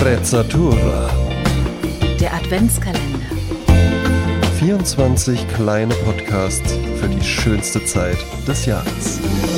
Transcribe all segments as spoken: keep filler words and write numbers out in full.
Sprezzatura. Der Adventskalender. vierundzwanzig kleine Podcasts für die schönste Zeit des Jahres.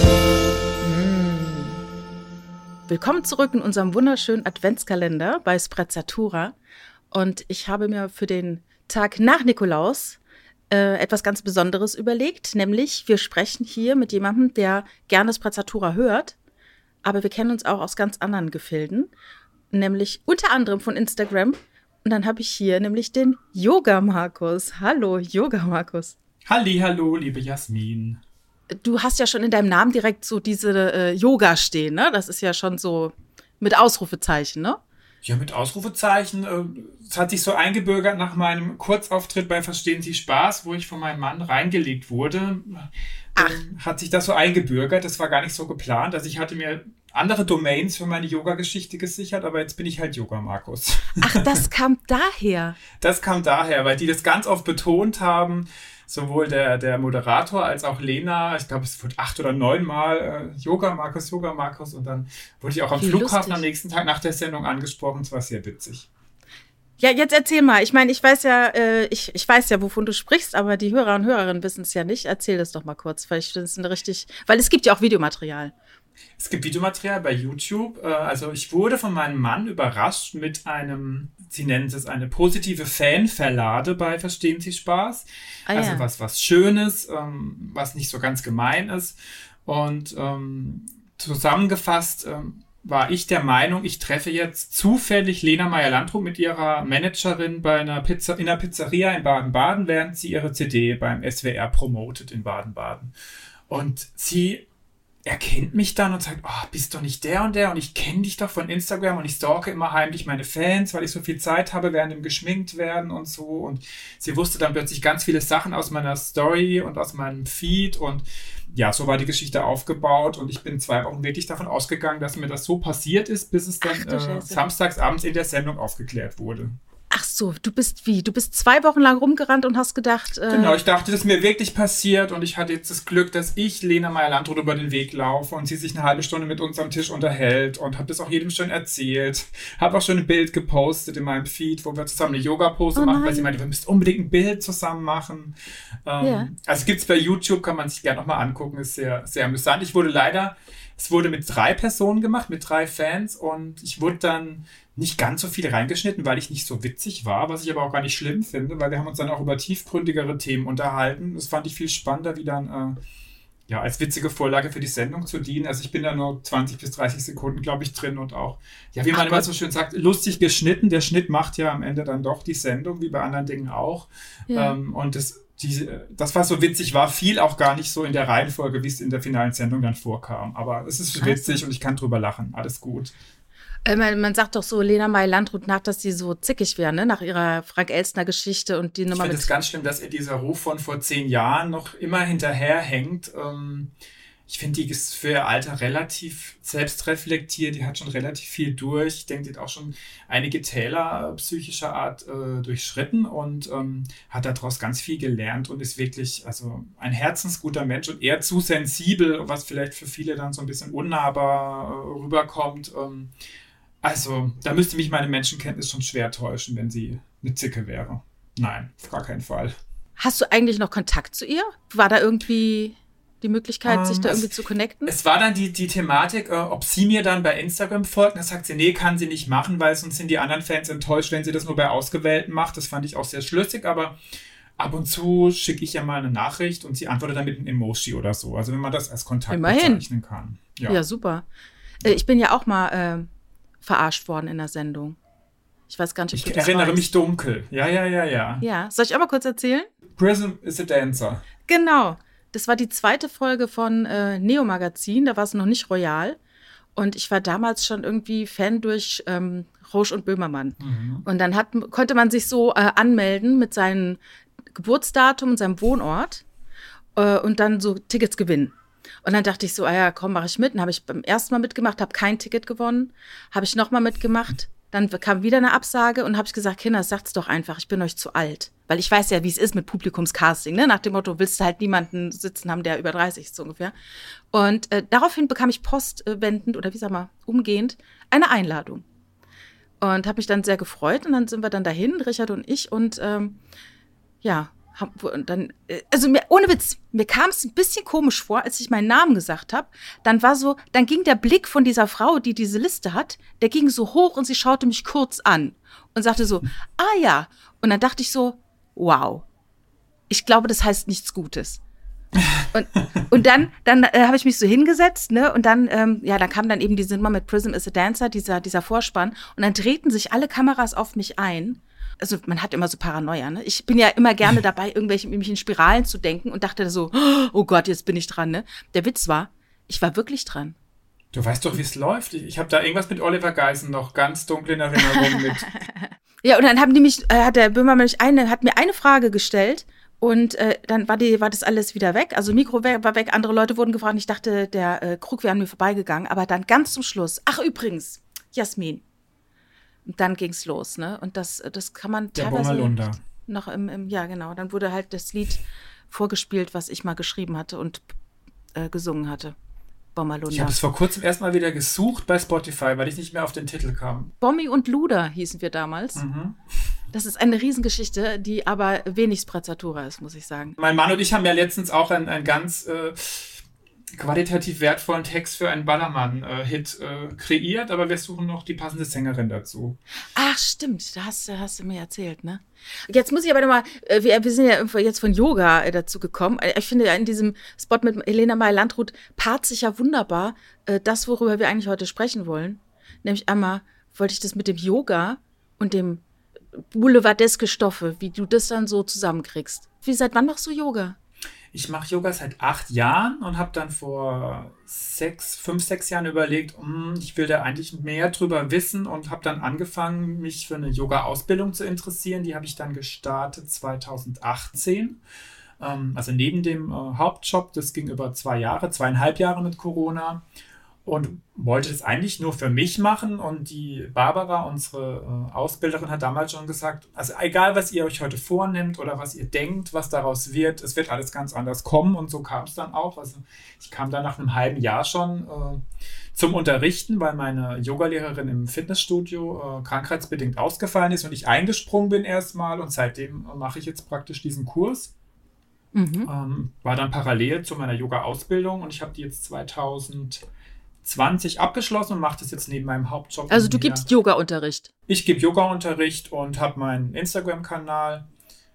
Willkommen zurück in unserem wunderschönen Adventskalender bei Sprezzatura. Und ich habe mir für den Tag nach Nikolaus äh, etwas ganz Besonderes überlegt. Nämlich, wir sprechen hier mit jemandem, der gerne Sprezzatura hört. Aber wir kennen uns auch aus ganz anderen Gefilden. Nämlich unter anderem von Instagram. Und dann habe ich hier nämlich den Yoga-Markus. Hallo, Yoga-Markus. Halli, hallo, liebe Jasmin. Du hast ja schon in deinem Namen direkt so diese äh, Yoga stehen, ne? Das ist ja schon so mit Ausrufezeichen, ne? Ja, mit Ausrufezeichen. Äh, es hat sich so eingebürgert nach meinem Kurzauftritt bei Verstehen Sie Spaß, wo ich von meinem Mann reingelegt wurde. Ach. Ähm, hat sich das so eingebürgert. Das war gar nicht so geplant. Also ich hatte mir andere Domains für meine Yoga-Geschichte gesichert, aber jetzt bin ich halt Yoga-Markus. Ach, das kam daher? Das kam daher, weil die das ganz oft betont haben. Sowohl der, der Moderator als auch Lena, ich glaube, es wurde acht oder neun Mal äh, Yoga Markus, Yoga Markus und dann wurde ich auch am Wie Flughafen lustig. am nächsten Tag nach der Sendung angesprochen. Es war sehr witzig. Ja, jetzt erzähl mal. Ich meine, ich weiß ja, äh, ich, ich weiß ja, wovon du sprichst, aber die Hörer und Hörerinnen wissen es ja nicht. Erzähl das doch mal kurz, weil ich finde es eine richtig, weil es gibt ja auch Videomaterial. Es gibt Videomaterial bei YouTube. Äh, also ich wurde von meinem Mann überrascht mit einem, sie nennen es eine positive Fanverlade bei Verstehen Sie Spaß. Ah, ja. Also was, was Schönes, ähm, was nicht so ganz gemein ist. Und ähm, zusammengefasst ähm, war ich der Meinung, ich treffe jetzt zufällig Lena Meyer-Landrut mit ihrer Managerin bei einer Pizza, in einer Pizzeria in Baden-Baden, während sie ihre C D beim S W R promotet in Baden-Baden. Und sie erkennt mich dann und sagt, oh, bist du nicht der und der und ich kenne dich doch von Instagram und ich stalke immer heimlich meine Fans, weil ich so viel Zeit habe, während dem geschminkt werden und so. Und sie wusste dann plötzlich ganz viele Sachen aus meiner Story und aus meinem Feed und ja, so war die Geschichte aufgebaut und ich bin zwei Wochen wirklich davon ausgegangen, dass mir das so passiert ist, bis es dann äh, samstags abends in der Sendung aufgeklärt wurde. Ach so, du bist wie? Du bist zwei Wochen lang rumgerannt und hast gedacht... Äh Genau, ich dachte, das ist mir wirklich passiert und ich hatte jetzt das Glück, dass ich Lena Meyer-Landrut über den Weg laufe und sie sich eine halbe Stunde mit uns am Tisch unterhält und habe das auch jedem schön erzählt. Habe auch schon ein Bild gepostet in meinem Feed, wo wir zusammen eine Yoga-Pose Oh machen, nein. weil sie meinte, wir müssen unbedingt ein Bild zusammen machen. Ähm, Ja. Also gibt's bei YouTube, kann man sich gerne nochmal angucken, ist sehr, sehr amüsant. Ich wurde leider, es wurde mit drei Personen gemacht, mit drei Fans und ich wurde dann nicht ganz so viel reingeschnitten, weil ich nicht so witzig war, was ich aber auch gar nicht schlimm finde, weil wir haben uns dann auch über tiefgründigere Themen unterhalten. Das fand ich viel spannender, wie dann äh, ja, als witzige Vorlage für die Sendung zu dienen. Also ich bin da nur zwanzig bis dreißig Sekunden, glaube ich, drin und auch, ja, wie man Ach immer Gott. so schön sagt, lustig geschnitten. Der Schnitt macht ja am Ende dann doch die Sendung, wie bei anderen Dingen auch. Ja. Ähm, und das, die, das, was so witzig war, fiel auch gar nicht so in der Reihenfolge, wie es in der finalen Sendung dann vorkam. Aber es ist Krass. witzig und ich kann drüber lachen. Alles gut. Äh, man, man sagt doch so Lena Meyer-Landrut nach, dass sie so zickig wäre, ne? Nach ihrer Frank-Elstner-Geschichte und die Ich Nummer finde mit... es ganz schlimm, dass ihr dieser Ruf von vor zehn Jahren noch immer hinterherhängt. Ähm, ich finde, die ist für ihr Alter relativ selbstreflektiert. Die hat schon relativ viel durch. Ich denke, die hat auch schon einige Täler psychischer Art äh, durchschritten und ähm, hat daraus ganz viel gelernt und ist wirklich also ein herzensguter Mensch und eher zu sensibel, was vielleicht für viele dann so ein bisschen unnahbar äh, rüberkommt. Ähm, also, da müsste mich meine Menschenkenntnis schon schwer täuschen, wenn sie eine Zicke wäre. Nein, auf gar keinen Fall. Hast du eigentlich noch Kontakt zu ihr? War da irgendwie die Möglichkeit, Ähm, sich da es- irgendwie zu connecten? Es war dann die, die Thematik, äh, ob sie mir dann bei Instagram folgt. Da sagt sie, nee, kann sie nicht machen, weil sonst sind die anderen Fans enttäuscht, wenn sie das nur bei Ausgewählten macht. Das fand ich auch sehr schlüssig, aber ab und zu schicke ich ja mal eine Nachricht und sie antwortet dann mit einem Emoji oder so. Also wenn man das als Kontakt Immerhin. bezeichnen kann. Ja. Ja, super. Äh, ich bin ja auch mal äh, verarscht worden in der Sendung. Ich weiß gar nicht, ob Ich du das erinnere weißt. mich dunkel. Ja, ja, ja, ja. Ja, soll ich auch mal kurz erzählen? Prism is a Dancer. Genau. Das war die zweite Folge von äh, Neo Magazin, da war es noch nicht royal. Und ich war damals schon irgendwie Fan durch ähm, Rausch und Böhmermann. Mhm. Und dann hat, konnte man sich so äh, anmelden mit seinem Geburtsdatum und seinem Wohnort äh, und dann so Tickets gewinnen. Und dann dachte ich so, ah ja, komm, mache ich mit. Dann habe ich beim ersten Mal mitgemacht, habe kein Ticket gewonnen. Habe ich nochmal mitgemacht. Dann kam wieder eine Absage und habe ich gesagt, Kinder, sagt's doch einfach, ich bin euch zu alt. Weil ich weiß ja, wie es ist mit Publikumscasting, ne? Nach dem Motto, willst du halt niemanden sitzen haben, der über dreißig ist, so ungefähr. Und äh, daraufhin bekam ich postwendend oder wie sag mal, umgehend eine Einladung. Und habe mich dann sehr gefreut. Und dann sind wir dann dahin, Richard und ich. Und ähm, ja, hab, und dann, also mir, ohne Witz, mir kam es ein bisschen komisch vor, als ich meinen Namen gesagt habe. Dann war so, dann ging der Blick von dieser Frau, die diese Liste hat, der ging so hoch und sie schaute mich kurz an und sagte so, ah ja. Und dann dachte ich so, wow, ich glaube, das heißt nichts Gutes. Und, und dann, dann äh, habe ich mich so hingesetzt, ne, und dann, ähm, ja, da kam dann eben diese Nummer mit Prism is a Dancer, dieser, dieser Vorspann, und dann drehten sich alle Kameras auf mich ein. Also man hat immer so Paranoia, ne? Ich bin ja immer gerne dabei, irgendwelche mich in Spiralen zu denken und dachte so, oh Gott, jetzt bin ich dran, ne? Der Witz war, ich war wirklich dran. Du weißt doch, wie es läuft. Ich, ich habe da irgendwas mit Oliver Geissen noch ganz dunkel in Erinnerung mit. Ja, und dann haben die mich, äh, hat der Böhmermann mich eine, hat mir eine Frage gestellt. Und äh, dann war, die, war das alles wieder weg. Also Mikro war weg, andere Leute wurden gefragt. Ich dachte, der äh, Krug wäre an mir vorbeigegangen. Aber dann ganz zum Schluss, ach übrigens, Jasmin. Und dann ging's los, ne? Und das, das kann man der teilweise Bommerlunder. noch im, im, ja genau. Dann wurde halt das Lied vorgespielt, was ich mal geschrieben hatte und äh, gesungen hatte. Bommerlunder. Ich habe es vor kurzem erst mal wieder gesucht bei Spotify, weil ich nicht mehr auf den Titel kam. Bommi und Luder hießen wir damals. Mhm. Das ist eine Riesengeschichte, die aber wenig Sprezzatura ist, muss ich sagen. Mein Mann und ich haben ja letztens auch einen, einen ganz äh, qualitativ wertvollen Text für einen Ballermann-Hit äh, kreiert, aber wir suchen noch die passende Sängerin dazu. Ach, stimmt, da hast, hast du mir erzählt, ne? Jetzt muss ich aber nochmal, wir, wir sind ja jetzt von Yoga dazu gekommen. Ich finde ja in diesem Spot mit Helena Meyer-Landrut paart sich ja wunderbar äh, das, worüber wir eigentlich heute sprechen wollen. Nämlich einmal wollte ich das mit dem Yoga und dem boulevardeske Stoffe, wie du das dann so zusammenkriegst. Wie, seit wann machst du Yoga? Ich mache Yoga seit acht Jahren und habe dann vor sechs, fünf, sechs Jahren überlegt, mh, ich will da eigentlich mehr drüber wissen und habe dann angefangen, mich für eine Yoga-Ausbildung zu interessieren. Die habe ich dann gestartet zweitausendachtzehn. Ähm, also neben dem äh, Hauptjob, das ging über zwei Jahre, zweieinhalb Jahre mit Corona. Und wollte das eigentlich nur für mich machen. Und die Barbara, unsere äh, Ausbilderin, hat damals schon gesagt, also egal, was ihr euch heute vornimmt oder was ihr denkt, was daraus wird, es wird alles ganz anders kommen. Und so kam es dann auch. Also ich kam dann nach einem halben Jahr schon äh, zum Unterrichten, weil meine Yogalehrerin im Fitnessstudio äh, krankheitsbedingt ausgefallen ist und ich eingesprungen bin erstmal. Und seitdem äh, mache ich jetzt praktisch diesen Kurs. Mhm. Ähm, war dann parallel zu meiner Yoga-Ausbildung und ich habe die jetzt zweitausendzwanzig abgeschlossen und mache das jetzt neben meinem Hauptjob. Also du gibst Yoga-Unterricht? Ich gebe Yoga-Unterricht und habe meinen Instagram-Kanal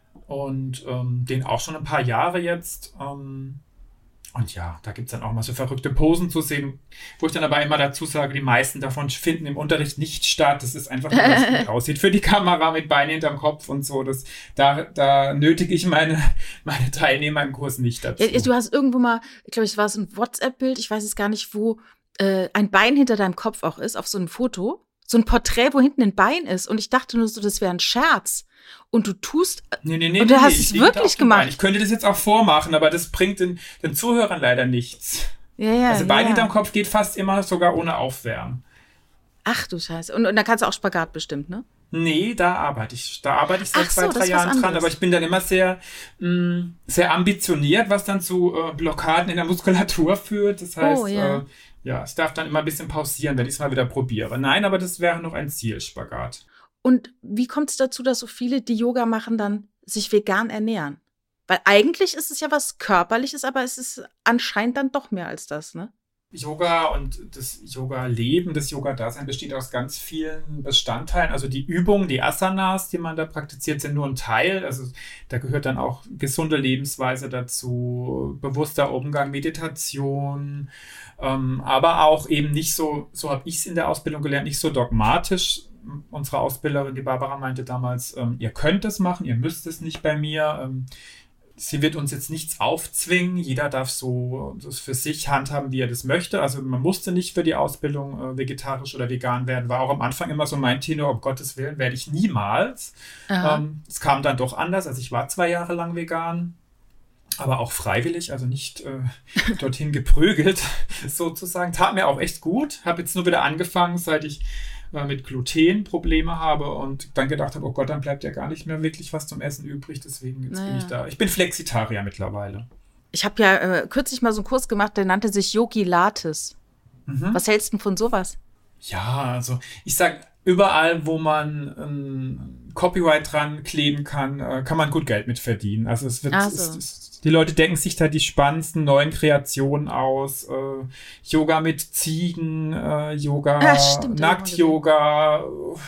und ähm, den auch schon ein paar Jahre jetzt. Ähm, und ja, da gibt es dann auch mal so verrückte Posen zu sehen, wo ich dann aber immer dazu sage, die meisten davon finden im Unterricht nicht statt. Das ist einfach nur, dass es gut aussieht für die Kamera mit Beinen hinterm Kopf und so. Das, da, da nötige ich meine, meine Teilnehmer im Kurs nicht dazu. Ja, du hast irgendwo mal, ich glaube, es war so ein WhatsApp-Bild, ich weiß es gar nicht, wo ein Bein hinter deinem Kopf auch ist, auf so einem Foto, so ein Porträt, wo hinten ein Bein ist. Und ich dachte nur so, das wäre ein Scherz. Und du tust, nee, nee, nee, und du nee, hast nee, es wirklich gemacht. Ich könnte das jetzt auch vormachen, aber das bringt den, den Zuhörern leider nichts. Ja, ja, also Bein ja. hinterm Kopf geht fast immer sogar ohne Aufwärmen. Ach du Scheiße. Und, und da kannst du auch Spagat bestimmt, ne? Nee, da arbeite ich. Da arbeite ich seit Ach so, zwei, drei Jahren dran, aber ich bin dann immer sehr, mh, sehr ambitioniert, was dann zu äh, Blockaden in der Muskulatur führt. Das heißt, oh, ja. Äh, ja, ich darf dann immer ein bisschen pausieren, wenn ich es mal wieder probiere. Nein, aber das wäre noch ein Ziel, Spagat. Und wie kommt es dazu, dass so viele, die Yoga machen, dann sich vegan ernähren? Weil eigentlich ist es ja was Körperliches, aber es ist anscheinend dann doch mehr als das, ne? Yoga und das Yoga-Leben, das Yoga-Dasein besteht aus ganz vielen Bestandteilen. Also die Übungen, die Asanas, die man da praktiziert, sind nur ein Teil. Also da gehört dann auch gesunde Lebensweise dazu, bewusster Umgang, Meditation, ähm, aber auch eben nicht so, so habe ich es in der Ausbildung gelernt, nicht so dogmatisch. Unsere Ausbilderin, die Barbara, meinte damals, ähm, ihr könnt es machen, ihr müsst es nicht bei mir. Ähm, Sie wird uns jetzt nichts aufzwingen. Jeder darf so das für sich handhaben, wie er das möchte. Also man musste nicht für die Ausbildung äh, vegetarisch oder vegan werden. War auch am Anfang immer so mein Tenor, um Gottes Willen werde ich niemals. Ähm, es kam dann doch anders. Also ich war zwei Jahre lang vegan, aber auch freiwillig, also nicht äh, dorthin geprügelt sozusagen. Tat mir auch echt gut. Habe jetzt nur wieder angefangen, seit ich mit Gluten Probleme habe und dann gedacht habe, oh Gott, dann bleibt ja gar nicht mehr wirklich was zum Essen übrig, deswegen jetzt naja. bin ich da. Ich bin Flexitarier mittlerweile. Ich habe ja äh, kürzlich mal so einen Kurs gemacht, der nannte sich Yogi Lattes. Mhm. Was hältst du denn von sowas? Ja, also ich sage, überall, wo man ein Copyright dran kleben kann, äh, kann man gut Geld mit verdienen. Also es wird, Ach so. es, es, die Leute denken sich da die spannendsten neuen Kreationen aus. Äh, Yoga mit Ziegen, äh, Yoga, Ah, stimmt, Nackt-Yoga.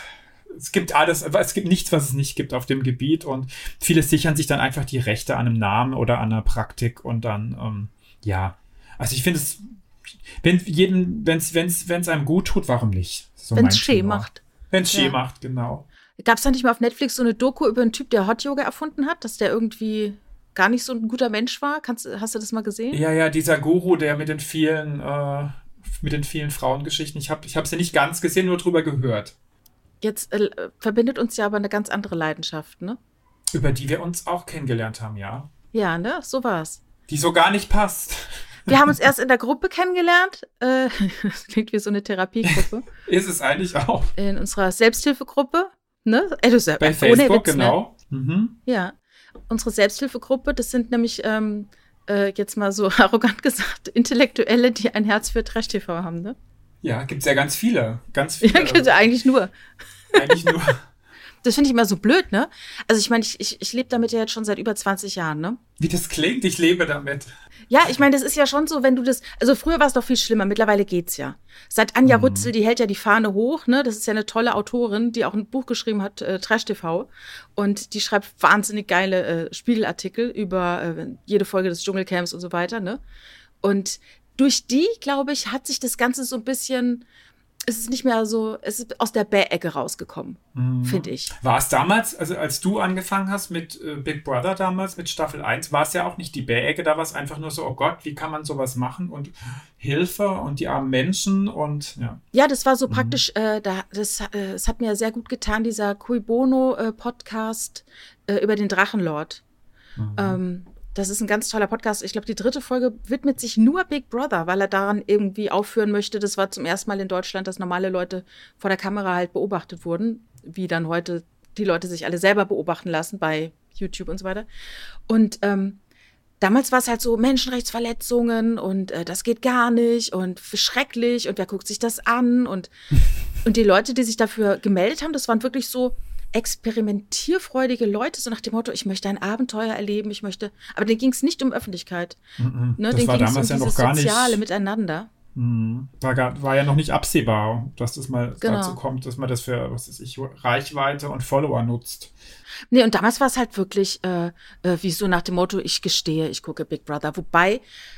Es gibt alles, aber es gibt nichts, was es nicht gibt auf dem Gebiet. Und viele sichern sich dann einfach die Rechte an einem Namen oder an einer Praktik und dann, ähm, ja. Also ich finde es, wenn jeden, wenn es, wenn es, wenn es einem gut tut, warum nicht? So Wenn es schön macht. Wenn es schön Ja. macht, genau. Gab es da nicht mal auf Netflix so eine Doku über einen Typ, der Hot Yoga erfunden hat, dass der irgendwie gar nicht so ein guter Mensch war? Kannst, hast du das mal gesehen? Ja, ja, dieser Guru, der mit den vielen, äh, mit den vielen Frauengeschichten. Ich habe, ich habe sie nicht ganz gesehen, nur drüber gehört. Jetzt äh, verbindet uns ja aber eine ganz andere Leidenschaft, ne? Über die wir uns auch kennengelernt haben, ja. Ja, ne? So war's. Die so gar nicht passt. Wir haben uns erst in der Gruppe kennengelernt. Äh, das klingt wie so eine Therapiegruppe. Ist es eigentlich auch. In unserer Selbsthilfegruppe. Ne? Äh, das ist ja Bei ohne Facebook, Witz, genau. Ne? Mhm. Ja. Unsere Selbsthilfegruppe, das sind nämlich, ähm, äh, jetzt mal so arrogant gesagt, Intellektuelle, die ein Herz für Trash-T V haben, ne? Ja, gibt's ja ganz viele. Ganz viele. Ja, also eigentlich nur. Eigentlich nur. Das finde ich immer so blöd, ne? Also ich meine, ich, ich, ich lebe damit ja jetzt schon seit über zwanzig Jahren, ne? Wie das klingt, ich lebe damit. Ja, ich meine, das ist ja schon so, wenn du das, also früher war es doch viel schlimmer, mittlerweile geht's ja. Seit Anja Mhm. Rützel, die hält ja die Fahne hoch, ne? Das ist ja eine tolle Autorin, die auch ein Buch geschrieben hat, äh, Trash-T V. Und die schreibt wahnsinnig geile äh, Spiegelartikel über äh, jede Folge des Dschungelcamps und so weiter, ne? Und durch die, glaube ich, hat sich das Ganze so ein bisschen, es ist nicht mehr so, es ist aus der Bäh-Ecke rausgekommen, Mhm. finde ich. War es damals, also als du angefangen hast mit äh, Big Brother damals, mit Staffel eins, war es ja auch nicht die Bäh-Ecke, da war es einfach nur so, oh Gott, wie kann man sowas machen und Hilfe und die armen Menschen und ja. Ja, das war so Mhm. praktisch, äh, da, das, äh, es hat mir sehr gut getan, dieser Cui Bono äh, Podcast äh, über den Drachenlord. Mhm. Ähm, das ist ein ganz toller Podcast. Ich glaube, die dritte Folge widmet sich nur Big Brother, weil er daran irgendwie aufführen möchte. Das war zum ersten Mal in Deutschland, dass normale Leute vor der Kamera halt beobachtet wurden, wie dann heute die Leute sich alle selber beobachten lassen bei YouTube und so weiter. Und ähm, damals war es halt so Menschenrechtsverletzungen und äh, das geht gar nicht und schrecklich und wer guckt sich das an und, und die Leute, die sich dafür gemeldet haben, das waren wirklich so experimentierfreudige Leute, so nach dem Motto, ich möchte ein Abenteuer erleben, ich möchte, aber denen ging es nicht um Öffentlichkeit. Mhm. Ne? Das Denen war ging es um damals ja dieses noch gar nicht. soziale Miteinander. Mhm. War, gar, war ja noch nicht absehbar, dass das mal Genau. dazu kommt, dass man das für, was weiß ich, Reichweite und Follower nutzt. Nee, und damals war es halt wirklich äh, äh, wie so nach dem Motto, ich gestehe, ich gucke Big Brother. Wobei,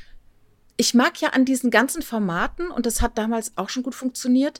ich mag ja an diesen ganzen Formaten, und das hat damals auch schon gut funktioniert,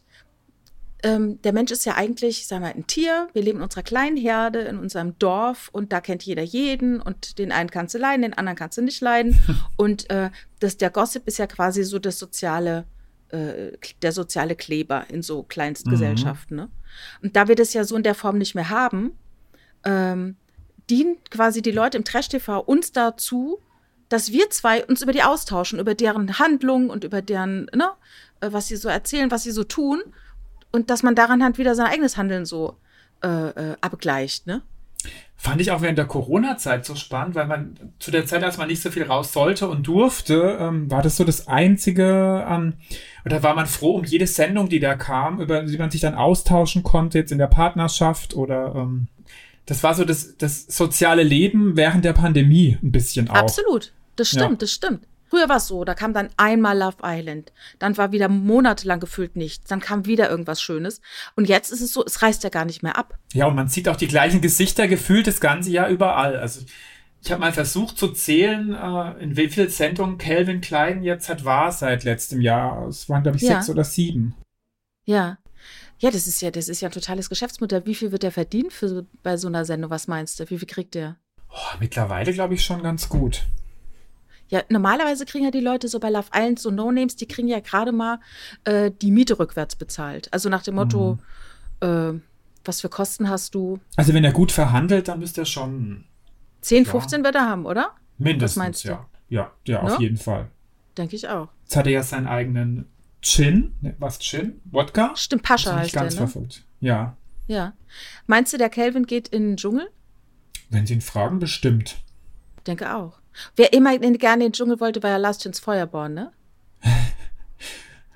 ähm, der Mensch ist ja eigentlich, sagen wir, ein Tier. Wir leben in unserer kleinen Herde, in unserem Dorf und da kennt jeder jeden und den einen kannst du leiden, den anderen kannst du nicht leiden. Und äh, das, der Gossip ist ja quasi so das soziale, äh, der soziale Kleber in so Kleinstgesellschaften. Ne? Und da wir das ja so in der Form nicht mehr haben, ähm, dienen quasi die Leute im Trash-T V uns dazu, dass wir zwei uns über die austauschen, über deren Handlungen und über deren, ne, äh, was sie so erzählen, was sie so tun. Und dass man daran halt wieder sein eigenes Handeln so äh, äh, abgleicht, ne? Fand ich auch während der Corona-Zeit so spannend, weil man zu der Zeit, als man nicht so viel raus sollte und durfte, ähm, war das so das Einzige, ähm, oder war man froh um jede Sendung, die da kam, über die man sich dann austauschen konnte, jetzt in der Partnerschaft oder ähm, das war so das, das soziale Leben während der Pandemie ein bisschen auch. Absolut, das stimmt, Ja. das stimmt. Früher war es so, da kam dann einmal Love Island, dann war wieder monatelang gefühlt nichts, dann kam wieder irgendwas Schönes. Und jetzt ist es so, es reißt ja gar nicht mehr ab. Ja, und man sieht auch die gleichen Gesichter gefühlt das ganze Jahr überall. Also ich habe mal versucht zu zählen, äh, in wie viel Sendungen Calvin Klein jetzt hat war seit letztem Jahr. Es waren, glaube ich, Ja. sechs oder sieben. Ja. Ja, das ist ja, das ist ja ein totales Geschäftsmodell. Wie viel wird der verdienen für, bei so einer Sendung? Was meinst du? Wie viel kriegt der? Oh, mittlerweile glaube ich schon ganz gut. Ja, normalerweise kriegen ja die Leute so bei Love Island so No-Names, die kriegen ja gerade mal äh, die Miete rückwärts bezahlt. Also nach dem Motto, äh, was für Kosten hast du? Also wenn er gut verhandelt, dann müsste er schon zehn, Ja. fünfzehn wird er haben, oder? mindestens, Was meinst du? ja. Ja, ja, auf Ne? jeden Fall. Denke ich auch. Jetzt hat er ja seinen eigenen Gin. Ne, was Gin? Wodka? Stimmt, Pascha Hab ich heißt nicht ganz der, ne? verfolgt. Ja. Ja. Meinst du, der Calvin geht in den Dschungel? Wenn Sie ihn fragen, bestimmt. Denke auch. Wer immer gerne in den Dschungel wollte, war ja Last Chance Feuerborn, ne?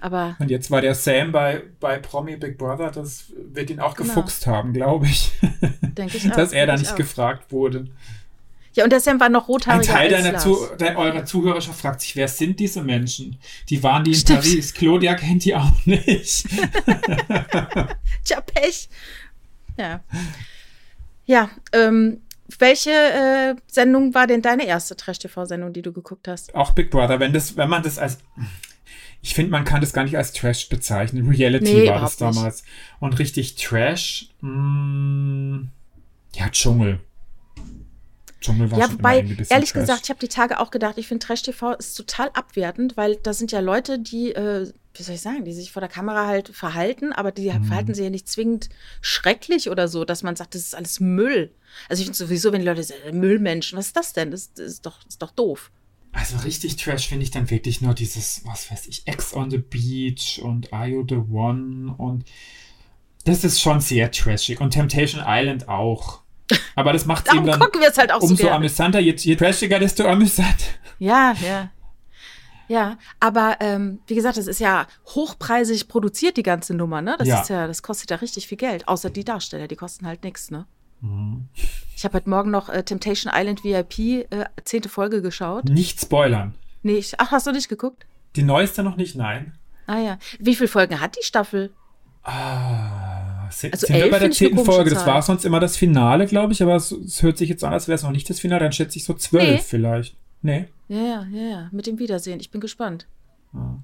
Aber und jetzt war der Sam bei, bei Promi Big Brother, das wird ihn auch Genau. gefuchst haben, glaube ich. denke ich auch. Dass er da denke ich nicht auch. gefragt wurde. Ja, und der Sam war noch Ein rothaariger Teil als deiner Lars. Zu, de, eurer Zuhörerschaft fragt sich, wer sind diese Menschen? Die waren die in Stimmt. Paris. Claudia kennt die auch nicht. Tja, Pech. Ja. Ja, ähm, welche äh, Sendung war denn deine erste Trash-T V-Sendung, die du geguckt hast? Auch Big Brother, wenn das, wenn man das als, ich finde, man kann das gar nicht als Trash bezeichnen. Reality Nee, war das überhaupt nicht. damals. Und richtig Trash, mh, ja, Dschungel. Dschungel war Ja, schon wobei, immer irgendwie ein bisschen ehrlich Trash. gesagt, ich habe die Tage auch gedacht, ich finde Trash-T V ist total abwertend, weil da sind ja Leute, die, äh, wie soll ich sagen, die sich vor der Kamera halt verhalten, aber die Mhm. verhalten sich ja nicht zwingend schrecklich oder so, dass man sagt, das ist alles Müll. Also ich finde sowieso, wenn die Leute sagen, Müllmenschen, was ist das denn? Das, das, ist, doch, das ist doch doof. Also richtig Trash finde ich dann wirklich nur dieses, was weiß ich, Ex on the Beach und Are You the One und das ist schon sehr trashig und Temptation Island auch. Aber das macht Darum eben dann gucken wir es halt auch so umso gerne. amüsanter. Je, je trashiger, desto amüsant. Ja, ja. Ja, aber ähm, wie gesagt, das ist ja hochpreisig produziert, die ganze Nummer, ne? Das Ja. ist ja, das kostet ja richtig viel Geld. Außer die Darsteller, die kosten halt nichts, ne? Mhm. Ich habe heute Morgen noch äh, Temptation Island V I P, äh, zehnte Folge geschaut. Nicht spoilern. Nee, ich, ach, hast du nicht geguckt? Die neueste noch nicht, nein. Ah ja. Wie viele Folgen hat die Staffel? Ah, sind, Also sind wir elf bei der finde ich eine zehnten komische Folge? Das Zahl. war sonst immer das Finale, glaube ich, aber es, es hört sich jetzt an, als wäre es noch nicht das Finale. Dann schätze ich so zwölf Nee. vielleicht. Nee. Ja, ja, ja, ja. Mit dem Wiedersehen. Ich bin gespannt. Ah.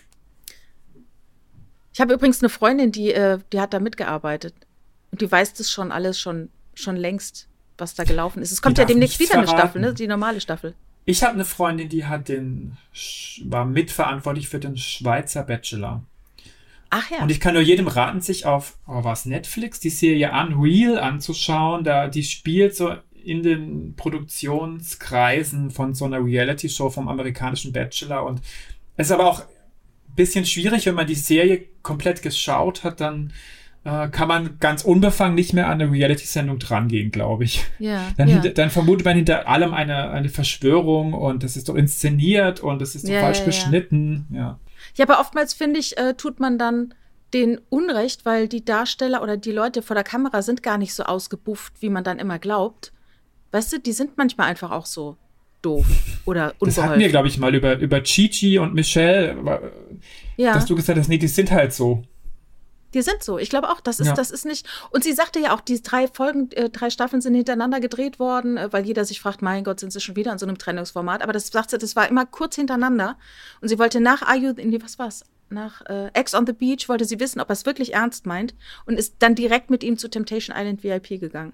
Ich habe übrigens eine Freundin, die, äh, die hat da mitgearbeitet. Und die weiß das schon alles schon, schon längst, was da gelaufen ist. Es kommt ja darf demnächst nichts wieder eine verraten. Staffel, ne? Die normale Staffel. Ich habe eine Freundin, die hat den, Sch- war mitverantwortlich für den Schweizer Bachelor. Ach ja. Und ich kann nur jedem raten, sich auf, oh, was, Netflix, die Serie Unreal anzuschauen. Da, die spielt so in den Produktionskreisen von so einer Reality-Show vom amerikanischen Bachelor. Und es ist aber auch ein bisschen schwierig, wenn man die Serie komplett geschaut hat, dann äh, kann man ganz unbefangen nicht mehr an eine Reality-Sendung drangehen, glaube ich. ja, Dann, ja. hinter, dann vermutet man hinter allem eine, eine Verschwörung und das ist doch inszeniert und das ist doch Ja, falsch ja, ja. geschnitten. Ja. Ja, aber oftmals, finde ich, äh, tut man dann den Unrecht, weil die Darsteller oder die Leute vor der Kamera sind gar nicht so ausgebufft, wie man dann immer glaubt. Weißt du, die sind manchmal einfach auch so doof oder Das hatten wir, unbeholfen. glaube ich, mal über, über Gigi und Michelle, aber, Ja. dass du gesagt hast, nee, die sind halt so. Die sind so. Ich glaube auch, das ist, Ja. das ist nicht. Und sie sagte ja auch, die drei Folgen, äh, drei Staffeln sind hintereinander gedreht worden, äh, weil jeder sich fragt, mein Gott, sind sie schon wieder in so einem Trennungsformat. Aber das sagt sie, das war immer kurz hintereinander. Und sie wollte nach Are You, nee, was war's? Nach äh, Ex on the Beach wollte sie wissen, ob er es wirklich ernst meint und ist dann direkt mit ihm zu Temptation Island V I P gegangen.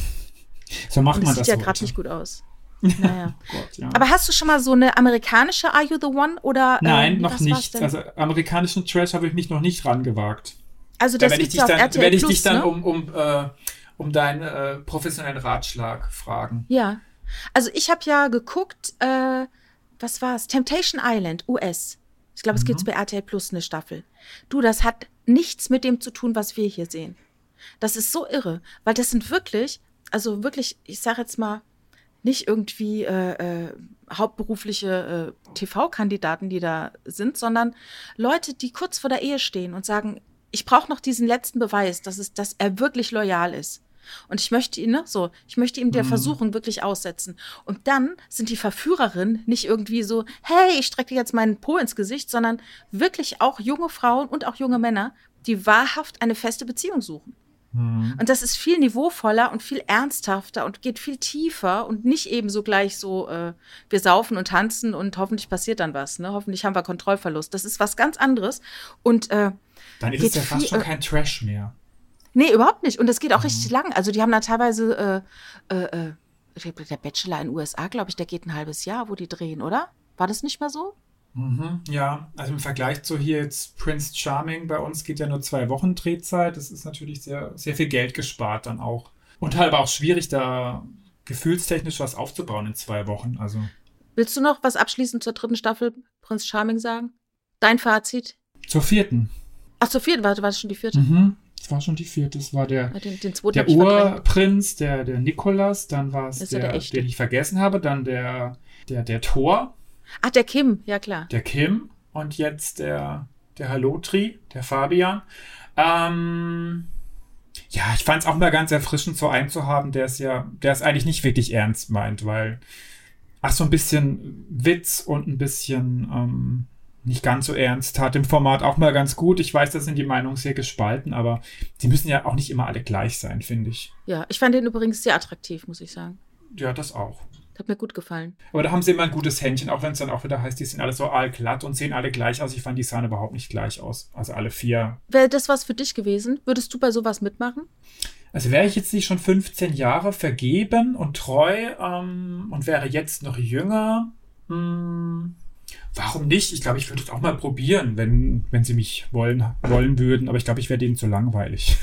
So macht Und man das das sieht ja heute. gerade nicht gut aus. Naja. Gott, ja. Aber hast du schon mal so eine amerikanische Are You the One oder? Nein, ähm, noch was war's nicht. denn? Also amerikanischen Trash habe ich mich noch nicht rangewagt. Also Da das werde ich gibt's dich ja auf dann, R T L werde ich Plus, dich dann ne? um, um, äh, um deinen äh, professionellen Ratschlag fragen. Ja, also ich habe ja geguckt, äh, was war's? Temptation Island, U S. Ich glaube, es gibt bei R T L Plus eine Staffel. Du, das hat nichts mit dem zu tun, was wir hier sehen. Das ist so irre, weil das sind wirklich, also wirklich, ich sage jetzt mal, nicht irgendwie äh, äh, hauptberufliche äh, T V-Kandidaten, die da sind, sondern Leute, die kurz vor der Ehe stehen und sagen, ich brauche noch diesen letzten Beweis, dass, es, dass er wirklich loyal ist. Und ich möchte ihn, ne, so, ich möchte ihm der Mhm. Versuchung wirklich aussetzen. Und dann sind die Verführerinnen nicht irgendwie so, hey, ich strecke jetzt meinen Po ins Gesicht, sondern wirklich auch junge Frauen und auch junge Männer, die wahrhaft eine feste Beziehung suchen. Mhm. Und das ist viel niveauvoller und viel ernsthafter und geht viel tiefer und nicht eben so gleich so, äh, wir saufen und tanzen und hoffentlich passiert dann was, ne? Hoffentlich haben wir Kontrollverlust. Das ist was ganz anderes. Und äh, Dann ist geht es ja fast viel, schon äh, kein Trash mehr. nee, überhaupt nicht. Und es geht auch Mhm. richtig lang. Also die haben da teilweise äh, äh, äh, der Bachelor in den U S A, glaube ich, der geht ein halbes Jahr, wo die drehen, oder? War das nicht mal so? Mhm, ja, also im Vergleich zu hier jetzt Prince Charming, bei uns geht ja nur zwei Wochen Drehzeit. Das ist natürlich sehr, sehr viel Geld gespart dann auch. Und halt aber auch schwierig, da gefühlstechnisch was aufzubauen in zwei Wochen. Also Willst du noch was abschließend zur dritten Staffel Prinz Charming sagen? Dein Fazit? zur vierten. Ach, zur vierten, war, war das schon die vierte? Mhm, das war schon die vierte. Das war der, Ja, Den, den zweiten der hab ich verdrängt. Urprinz, der, der Nikolas. Dann war es Das ist ja der, der echte. den ich vergessen habe. Dann der, der, der Thor, Ach, der Kim, ja klar. der Kim. Und jetzt der, der Herr Lotri, der Fabian. Ähm, ja, ich fand es auch mal ganz erfrischend, so einen zu haben, der es ja, der es eigentlich nicht wirklich ernst meint, weil, ach, so ein bisschen Witz und ein bisschen ähm, nicht ganz so ernst, tat im Format auch mal ganz gut. Ich weiß, da sind die Meinungen sehr gespalten, aber die müssen ja auch nicht immer alle gleich sein, finde ich. Ja, ich fand den übrigens sehr attraktiv, muss ich sagen. Ja, das auch. Hat mir gut gefallen. Aber da haben sie immer ein gutes Händchen, auch wenn es dann auch wieder heißt, die sind alle so allglatt und sehen alle gleich aus. Ich fand, die sahen überhaupt nicht gleich aus. Also alle vier. Wäre das was für dich gewesen? Würdest du bei sowas mitmachen? Also wäre ich jetzt nicht schon fünfzehn Jahre vergeben und treu ähm, und wäre jetzt noch jünger, mh, warum nicht? Ich glaube, ich würde es auch mal probieren, wenn, wenn sie mich wollen, wollen würden. Aber ich glaube, ich wäre denen zu langweilig,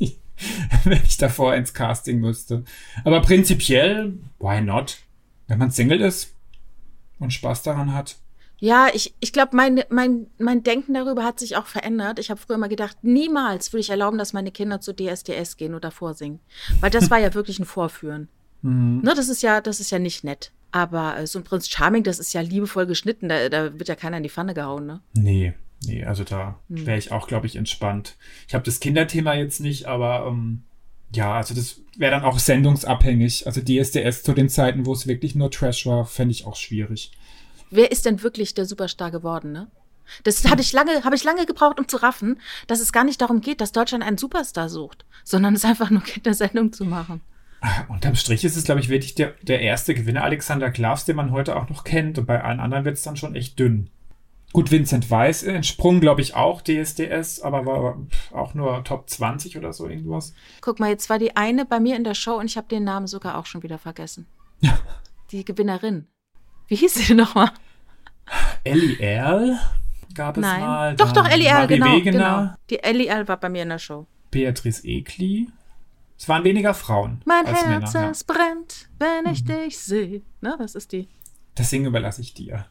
wenn ich davor ins Casting müsste. Aber prinzipiell, why not? Wenn man Single ist und Spaß daran hat. Ja, ich, ich glaube, mein, mein, mein Denken darüber hat sich auch verändert. Ich habe früher immer gedacht, niemals würde ich erlauben, dass meine Kinder zu D S D S gehen oder vorsingen. Weil das war ja wirklich ein Vorführen. Mhm. Ne, das ist ja, das ist ja nicht nett. Aber äh, so ein Prinz Charming, das ist ja liebevoll geschnitten. Da, da wird ja keiner in die Pfanne gehauen, ne? Nee, nee, also da Hm. wäre ich auch, glaube ich, entspannt. Ich habe das Kinderthema jetzt nicht, aber ähm, ja, also das wäre dann auch sendungsabhängig. Also D S D S zu den Zeiten, wo es wirklich nur Trash war, fände ich auch schwierig. Wer ist denn wirklich der Superstar geworden, ne? Das hatte ich lange, habe ich lange gebraucht, um zu raffen, dass es gar nicht darum geht, dass Deutschland einen Superstar sucht, sondern es einfach nur geht, eine Sendung zu machen. Unterm Strich ist es, glaube ich, wirklich der, der erste Gewinner, Alexander Klavs, den man heute auch noch kennt. Und bei allen anderen wird es dann schon echt dünn. Gut, Vincent Weiss entsprungen, glaube ich, auch D S D S, aber war auch nur Top zwanzig oder so irgendwas. Guck mal, jetzt war die eine bei mir in der Show und ich habe den Namen sogar auch schon wieder vergessen. Ja. Die Gewinnerin. Wie hieß sie nochmal? Ellie Erl gab es Nein. mal. Doch, dann doch, Ellie Erl, Marie genau, Wegener, genau. Die Ellie Erl war bei mir in der Show. Beatrice Egli. Es waren weniger Frauen Mein als Herz, Männer. Ja. es brennt, wenn ich Mhm. dich sehe. Ne, das ist die. Das Singen überlasse ich dir.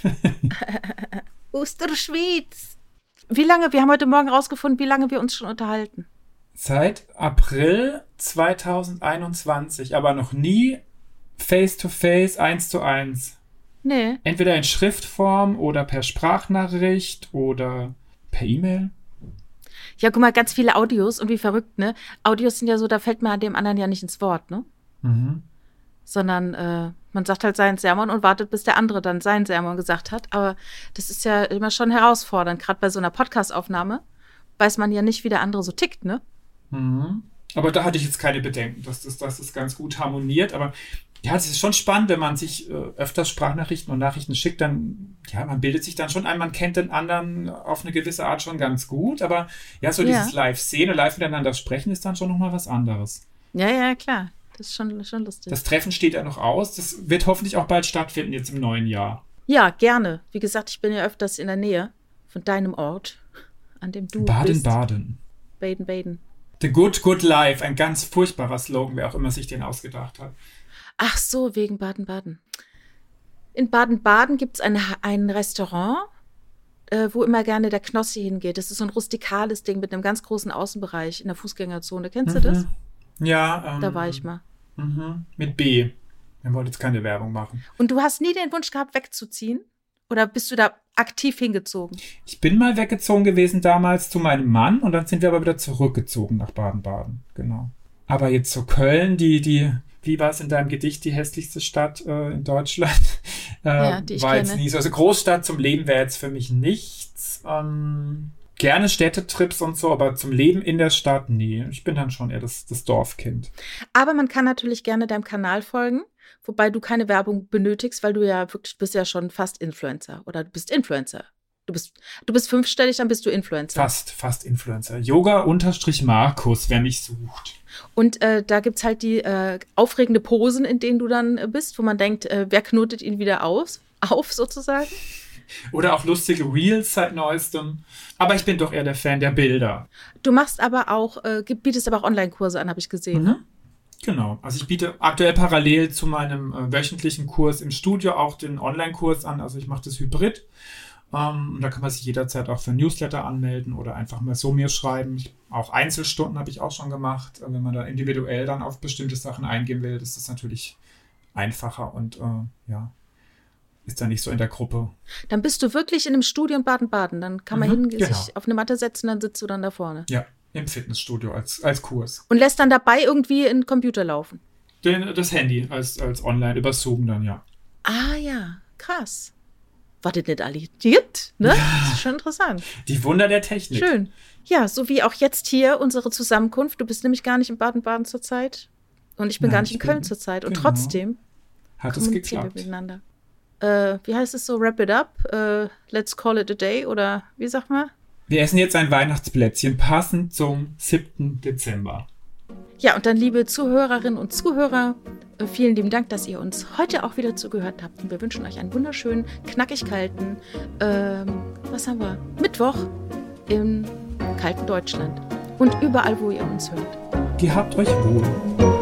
Osterschwitz. Wie lange, wir haben heute Morgen rausgefunden, wie lange wir uns schon unterhalten. Seit April zweitausendeinundzwanzig, aber noch nie face-to-face, eins zu eins. Nee. Entweder in Schriftform oder per Sprachnachricht oder per E-Mail. Ja, guck mal, ganz viele Audios und wie verrückt, ne? Audios sind ja so, da fällt man dem anderen ja nicht ins Wort, ne? Mhm. Sondern äh, man sagt halt seinen Sermon und wartet, bis der andere dann seinen Sermon gesagt hat. Aber das ist ja immer schon herausfordernd. Gerade bei so einer Podcast-Aufnahme weiß man ja nicht, wie der andere so tickt, ne? Mhm. Aber da hatte ich jetzt keine Bedenken, dass das, dass das ganz gut harmoniert. Aber ja, es ist schon spannend, wenn man sich äh, öfters Sprachnachrichten und Nachrichten schickt, dann, ja, man bildet sich dann schon ein, man kennt den anderen auf eine gewisse Art schon ganz gut. Aber ja, so Ja. dieses Live-Sehen und live miteinander sprechen ist dann schon nochmal was anderes. Ja, ja, klar. Das ist schon, schon lustig. Das Treffen steht ja noch aus. Das wird hoffentlich auch bald stattfinden, jetzt im neuen Jahr. Ja, gerne. Wie gesagt, ich bin ja öfters in der Nähe von deinem Ort, an dem du bist. Baden-Baden. Baden-Baden. The Good Good Life, ein ganz furchtbarer Slogan, wer auch immer sich den ausgedacht hat. Ach so, wegen Baden-Baden. In Baden-Baden gibt es ein, ein Restaurant, äh, wo immer gerne der Knossi hingeht. Das ist so ein rustikales Ding mit einem ganz großen Außenbereich in der Fußgängerzone. Kennst du das? Ja. Ähm, Da war ich mal. Mhm. Mit B. Wir wollen jetzt keine Werbung machen. Und du hast nie den Wunsch gehabt, wegzuziehen? Oder bist du da aktiv hingezogen? Ich bin mal weggezogen gewesen damals zu meinem Mann und dann sind wir aber wieder zurückgezogen nach Baden-Baden. Genau. Aber jetzt so Köln, die, die, wie war es in deinem Gedicht, die hässlichste Stadt äh, in Deutschland? äh, Ja, die ich war jetzt kenne. nie so. Also Großstadt zum Leben wäre jetzt für mich nichts. Ähm, gerne Städtetrips und so, aber zum Leben in der Stadt, nee. Ich bin dann schon eher das, das Dorfkind. Aber man kann natürlich gerne deinem Kanal folgen, wobei du keine Werbung benötigst, weil du ja wirklich bist ja schon fast Influencer. Oder du bist Influencer. Du bist, du bist fünfstellig, dann bist du Influencer. Fast, fast Influencer. Yoga-Markus, wer mich sucht. Und äh, da gibt's halt die äh, aufregende Posen, in denen du dann äh, bist, wo man denkt, äh, wer knotet ihn wieder aus, auf sozusagen. Oder auch lustige Reels seit neuestem. Aber ich bin doch eher der Fan der Bilder. Du machst aber auch, äh, bietest aber auch Online-Kurse an, habe ich gesehen. Ne? Genau. Also ich biete aktuell parallel zu meinem äh, wöchentlichen Kurs im Studio auch den Online-Kurs an. Also ich mache das Hybrid. Ähm, und da kann man sich jederzeit auch für Newsletter anmelden oder einfach mal so mir schreiben. Ich, auch Einzelstunden habe ich auch schon gemacht. Wenn man da individuell dann auf bestimmte Sachen eingehen will, ist das natürlich einfacher und äh, ja. ist da nicht so in der Gruppe. Dann bist du wirklich in einem Studio in Baden-Baden. Dann kann man Mhm, hingehen, genau. sich auf eine Matte setzen, dann sitzt du dann da vorne. Ja, im Fitnessstudio als, als Kurs. Und lässt dann dabei irgendwie einen Computer laufen. Den, das Handy als, als online, über Zoom dann, ja. Ah ja, krass. War das nicht alle gibt, ne? Das ist schon interessant. Die Wunder der Technik. Schön. Ja, so wie auch jetzt hier unsere Zusammenkunft. Du bist nämlich gar nicht in Baden-Baden zurzeit. Und ich bin Nein, gar nicht in ich bin- Köln zurzeit. Und genau. trotzdem Hat es kommunizieren wir geklappt. miteinander. Äh, wie heißt es so? Wrap it up? Äh, let's call it a day? Oder wie sagt man? Wir essen jetzt ein Weihnachtsplätzchen, passend zum siebten Dezember. Ja, und dann, liebe Zuhörerinnen und Zuhörer, äh, vielen lieben Dank, dass ihr uns heute auch wieder zugehört habt. Und wir wünschen euch einen wunderschönen, knackig kalten, ähm, was haben wir? Mittwoch im kalten Deutschland. Und überall, wo ihr uns hört. Gehabt euch wohl.